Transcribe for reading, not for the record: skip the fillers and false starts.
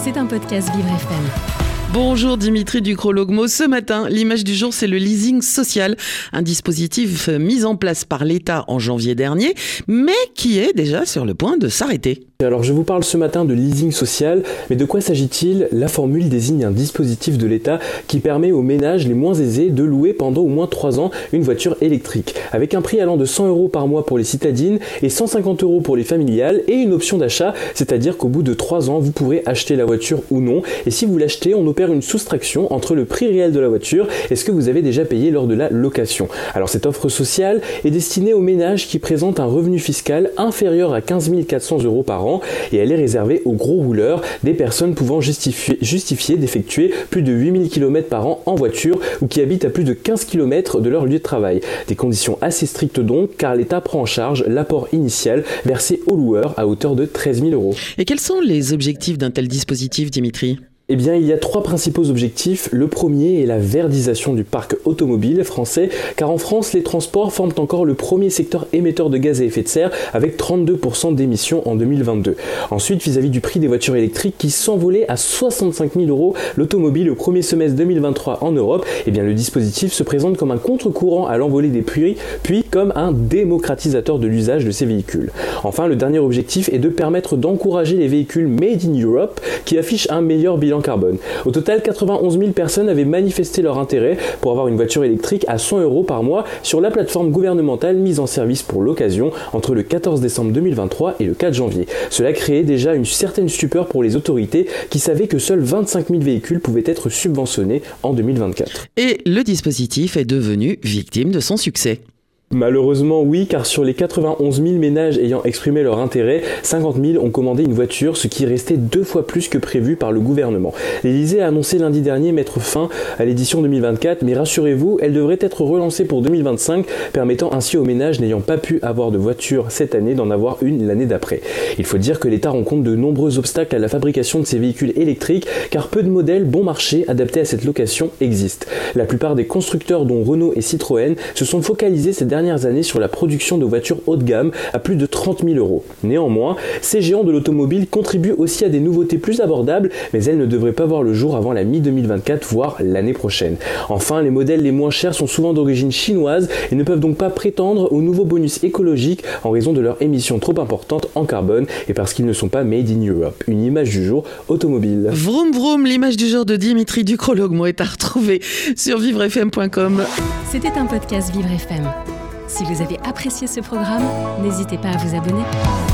C'est un podcast Vivre FM. Bonjour Dimitri Ducrologmo. Ce matin, l'image du jour, c'est le leasing social, un dispositif mis en place par l'État en janvier dernier, mais qui est déjà sur le point de s'arrêter. Alors je vous parle ce matin de leasing social, mais de quoi s'agit-il ? La formule désigne un dispositif de l'État qui permet aux ménages les moins aisés de louer pendant au moins 3 ans une voiture électrique, avec un prix allant de 100 € par mois pour les citadines et 150 € pour les familiales, et une option d'achat, c'est-à-dire qu'au bout de 3 ans, vous pourrez acheter la voiture ou non, et si vous l'achetez, on opère une soustraction entre le prix réel de la voiture et ce que vous avez déjà payé lors de la location. Alors cette offre sociale est destinée aux ménages qui présentent un revenu fiscal inférieur à 15 400 € par an, et elle est réservée aux gros rouleurs, des personnes pouvant justifier d'effectuer plus de 8000 km par an en voiture ou qui habitent à plus de 15 km de leur lieu de travail. Des conditions assez strictes donc, car l'État prend en charge l'apport initial versé aux loueurs à hauteur de 13 000 €. Et quels sont les objectifs d'un tel dispositif, Dimitri ? Eh bien, il y a 3 principaux objectifs. Le premier est la verdisation du parc automobile français, car en France, les transports forment encore le premier secteur émetteur de gaz à effet de serre, avec 32% d'émissions en 2022. Ensuite, vis-à-vis du prix des voitures électriques qui s'envolait à 65 000 € l'automobile au premier semestre 2023 en Europe, eh bien, le dispositif se présente comme un contre-courant à l'envolée des prix, puis comme un démocratisateur de l'usage de ces véhicules. Enfin, le dernier objectif est de permettre d'encourager les véhicules Made in Europe qui affichent un meilleur bilan carbone. Au total, 91 000 personnes avaient manifesté leur intérêt pour avoir une voiture électrique à 100 € par mois sur la plateforme gouvernementale mise en service pour l'occasion entre le 14 décembre 2023 et le 4 janvier. Cela créait déjà une certaine stupeur pour les autorités qui savaient que seuls 25 000 véhicules pouvaient être subventionnés en 2024. Et le dispositif est devenu victime de son succès. Malheureusement oui, car sur les 91 000 ménages ayant exprimé leur intérêt, 50 000 ont commandé une voiture, ce qui restait 2 fois plus que prévu par le gouvernement. L'Élysée a annoncé lundi dernier mettre fin à l'édition 2024, mais rassurez-vous, elle devrait être relancée pour 2025, permettant ainsi aux ménages n'ayant pas pu avoir de voiture cette année d'en avoir une l'année d'après. Il faut dire que l'État rencontre de nombreux obstacles à la fabrication de ces véhicules électriques, car peu de modèles bon marché adaptés à cette location existent. La plupart des constructeurs, dont Renault et Citroën, se sont focalisés ces dernières années sur la production de voitures haut de gamme à plus de 30 000 €. Néanmoins, ces géants de l'automobile contribuent aussi à des nouveautés plus abordables, mais elles ne devraient pas voir le jour avant la mi-2024, voire l'année prochaine. Enfin, les modèles les moins chers sont souvent d'origine chinoise et ne peuvent donc pas prétendre aux nouveaux bonus écologiques en raison de leur émission trop importante en carbone et parce qu'ils ne sont pas made in Europe. Une image du jour automobile. Vroom vroom, l'image du jour de Dimitri Ducrologmo est à retrouver sur vivrefm.com. C'était un podcast Vivre FM. Si vous avez apprécié ce programme, n'hésitez pas à vous abonner.